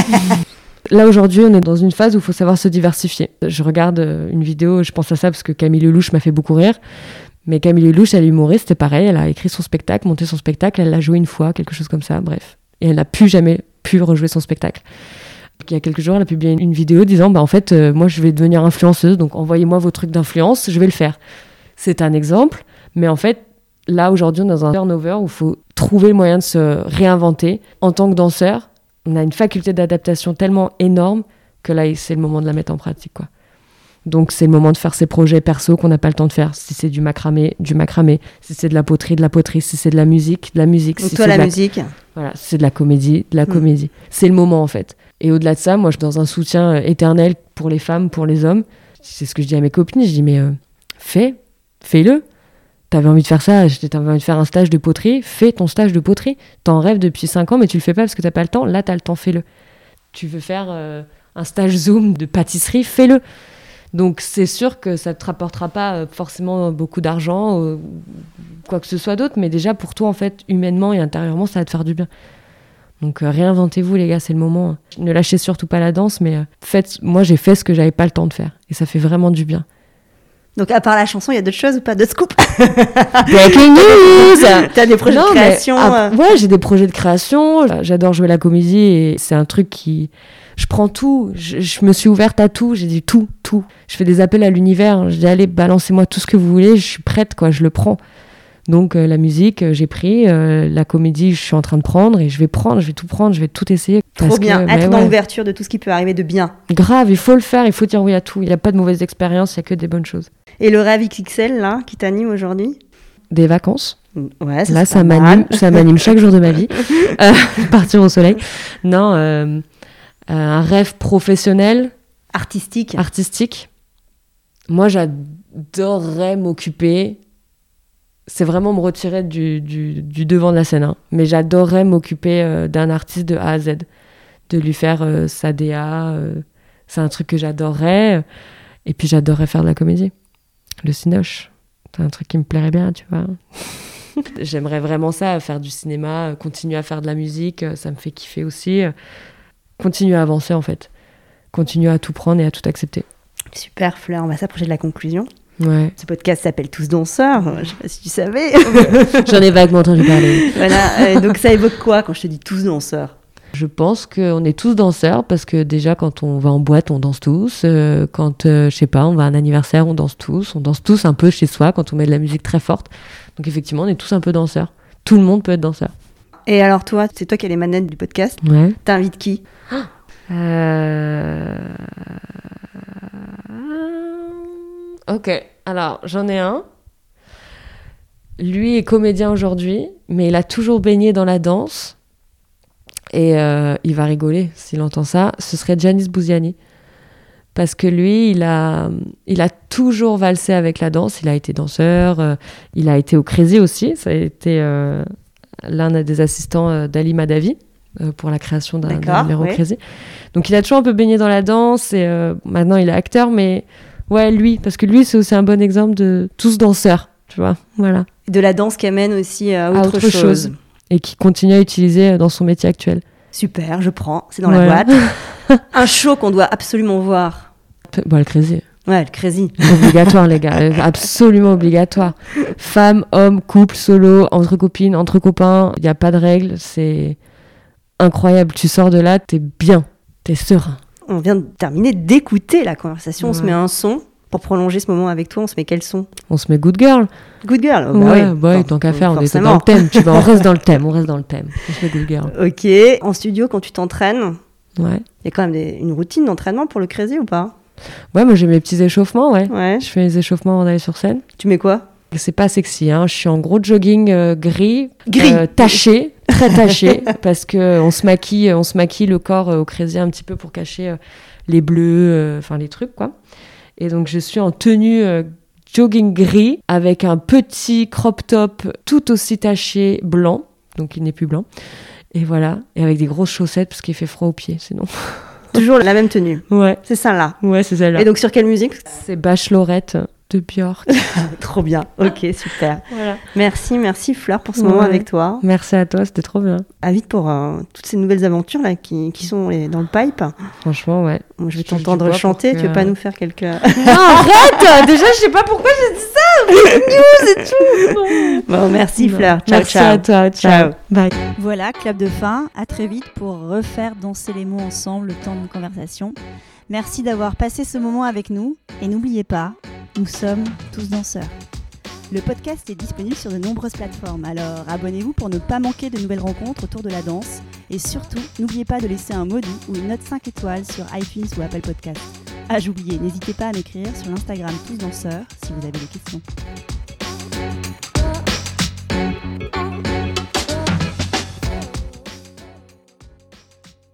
Là, aujourd'hui, on est dans une phase où il faut savoir se diversifier. Je regarde une vidéo, je pense à ça parce que Camille Lelouch m'a fait beaucoup rire. Mais Camille Lelouch, elle est humoriste, c'était pareil. Elle a écrit son spectacle, monté son spectacle, elle l'a joué une fois, quelque chose comme ça, bref. Et elle n'a plus jamais pu rejouer son spectacle. Il y a quelques jours, elle a publié une vidéo disant bah, « En fait, euh, moi, je vais devenir influenceuse, donc envoyez-moi vos trucs d'influence, je vais le faire. » C'est un exemple, mais en fait, là, aujourd'hui, on est dans un turnover où il faut trouver le moyen de se réinventer. En tant que danseur, on a une faculté d'adaptation tellement énorme que là, c'est le moment de la mettre en pratique, quoi. Donc, c'est le moment de faire ces projets perso qu'on n'a pas le temps de faire. Si c'est du macramé, du macramé. Si c'est de la poterie, de la poterie. Si c'est de la musique, de la musique. Donc si toi, c'est la, la musique. Voilà, si c'est de la comédie, de la mmh. comédie. C'est le moment, en fait. Et au-delà de ça, moi, je suis dans un soutien éternel pour les femmes, pour les hommes. C'est ce que je dis à mes copines. Je dis, mais euh, fais, fais-le. T'avais envie de faire ça, t'avais envie de faire un stage de poterie, fais ton stage de poterie. T'en rêves depuis cinq ans, mais tu le fais pas parce que t'as pas le temps. Là, t'as le temps, fais-le. Tu veux faire euh, un stage Zoom de pâtisserie, fais-le. Donc, c'est sûr que ça te rapportera pas forcément beaucoup d'argent, ou quoi que ce soit d'autre, mais déjà, pour toi, en fait, humainement et intérieurement, ça va te faire du bien. Donc, euh, réinventez-vous, les gars, c'est le moment. Ne lâchez surtout pas la danse, mais euh, faites... moi, j'ai fait ce que j'avais pas le temps de faire. Et ça fait vraiment du bien. Donc, à part la chanson, il y a d'autres choses ou pas? D'autres scoops? Breaking news. T'as des projets non, de création mais, ah, ouais, j'ai des projets de création. J'adore jouer la comédie et c'est un truc qui... Je prends tout. Je, je me suis ouverte à tout. J'ai dit tout, tout. Je fais des appels à l'univers. Je dis, allez, balancez-moi tout ce que vous voulez. Je suis prête, quoi. Je le prends. Donc, euh, la musique, euh, j'ai pris. Euh, la comédie, je suis en train de prendre. Et je vais prendre, je vais tout prendre. Je vais tout essayer. Trop bien. Que, Être bah, dans ouais. l'ouverture de tout ce qui peut arriver de bien. Grave, il faut le faire. Il faut dire oui à tout. Il n'y a pas de mauvaise expérience. Il n'y a que des bonnes choses. Et le rêve X X L, là, qui t'anime aujourd'hui? Des vacances. Ouais, ça là, ça m'anime, ça m'anime chaque jour de ma vie. Euh, partir au soleil. Non, euh, un rêve professionnel. Artistique. Artistique. Moi, j'adorerais m'occuper. C'est vraiment me retirer du, du, du devant de la scène. Hein. Mais j'adorerais m'occuper euh, d'un artiste de A à Z. De lui faire euh, sa D A. Euh, c'est un truc que j'adorerais. Et puis, j'adorerais faire de la comédie. Le cinoche. C'est un truc qui me plairait bien, tu vois. J'aimerais vraiment ça, faire du cinéma, continuer à faire de la musique, ça me fait kiffer aussi. Continuer à avancer, en fait. Continuer à tout prendre et à tout accepter. Super, Fleur. On va s'approcher de la conclusion. Ouais. Ce podcast s'appelle Tous danseurs. Je sais pas si tu savais. J'en ai vaguement entendu parler. Voilà. Euh, donc ça évoque quoi quand je te dis tous danseurs? Je pense qu'on est tous danseurs parce que déjà quand on va en boîte, on danse tous. Euh, quand, euh, je sais pas, on va à un anniversaire, on danse tous. On danse tous un peu chez soi quand on met de la musique très forte. Donc effectivement, on est tous un peu danseurs. Tout le monde peut être danseur. Et alors toi, c'est toi qui as les manettes du podcast. Ouais. T'invites qui? Euh... Ok, alors j'en ai un. Lui est comédien aujourd'hui, mais il a toujours baigné dans la danse. Et euh, il va rigoler s'il entend ça. Ce serait Giannis Bouziani. Parce que lui, il a, il a toujours valsé avec la danse. Il a été danseur. Euh, il a été au Crazy aussi. Ça a été euh, l'un des assistants euh, d'Ali Madavi euh, pour la création d'un, d'un numéro ouais. Crazy. Donc il a toujours un peu baigné dans la danse. Et euh, maintenant, il est acteur. Mais ouais, lui. Parce que lui, c'est aussi un bon exemple de tous danseurs. Tu vois, voilà. De la danse qui amène aussi à autre, à autre chose. chose. Et qui continue à utiliser dans son métier actuel. Super, je prends. C'est dans Voilà. la boîte. Un show qu'on doit absolument voir. Bon, le Crazy. Ouais, le Crazy. Obligatoire, les gars. Absolument obligatoire. Femme, homme, couple, solo, entre copines, entre copains. Il n'y a pas de règles. C'est incroyable. Tu sors de là, t'es bien. T'es serein. On vient de terminer d'écouter la conversation. Ouais. On se met un son. Pour prolonger ce moment avec toi, on se met quel son? On se met Good Girl. Good Girl. Oh, ouais, bah oui. bah oui, Bon, tant qu'à faire, on est forcément. dans le thème. Tu vois, on reste dans le thème. On reste dans le thème. On se met Good Girl. Ok. En studio, quand tu t'entraînes, Ouais. il y a quand même des- une routine d'entraînement pour le Crazy ou pas? Ouais, moi j'ai mes petits échauffements, ouais. Ouais. Je fais les échauffements avant d'aller sur scène. Tu mets quoi? C'est pas sexy, hein. Je suis en gros jogging euh, gris, Gris. euh, taché, très taché, parce que euh, on se maquille, on se maquille le corps euh, au Crazy un petit peu pour cacher euh, les bleus, enfin euh, les trucs quoi. Et donc je suis en tenue euh, jogging gris avec un petit crop top tout aussi taché blanc, donc il n'est plus blanc. Et voilà, et avec des grosses chaussettes parce qu'il fait froid aux pieds, sinon. Toujours la même tenue. Ouais, C'est ça là. ouais, c'est celle-là. Et donc sur quelle musique? C'est Bachelorette de Björk. Trop bien. Ok, super. Voilà. Merci, merci Fleur pour ce Ouais. moment avec toi. Merci à toi, c'était trop bien. À vite pour euh, toutes ces nouvelles aventures là qui, qui sont les- dans le pipe. Franchement, ouais. Moi, je vais Je touche t'entendre du bois chanter. pour Tu veux que- pas nous faire quelques... Non, arrête. Déjà, je sais pas pourquoi j'ai dit ça. News et tout. Non. Bon, merci Non. Fleur. Ciao, Merci ciao. à toi. Ciao. Ciao. Bye. Voilà, clap de fin. À très vite pour refaire danser les mots ensemble le temps d'une conversation. Merci d'avoir passé ce moment avec nous. Et n'oubliez pas, nous sommes tous danseurs. Le podcast est disponible sur de nombreuses plateformes, alors abonnez-vous pour ne pas manquer de nouvelles rencontres autour de la danse. Et surtout, n'oubliez pas de laisser un mot doux ou une note cinq étoiles sur iTunes ou Apple Podcasts. Ah, j'oubliais, n'hésitez pas à m'écrire sur l'Instagram Tous Danseurs si vous avez des questions.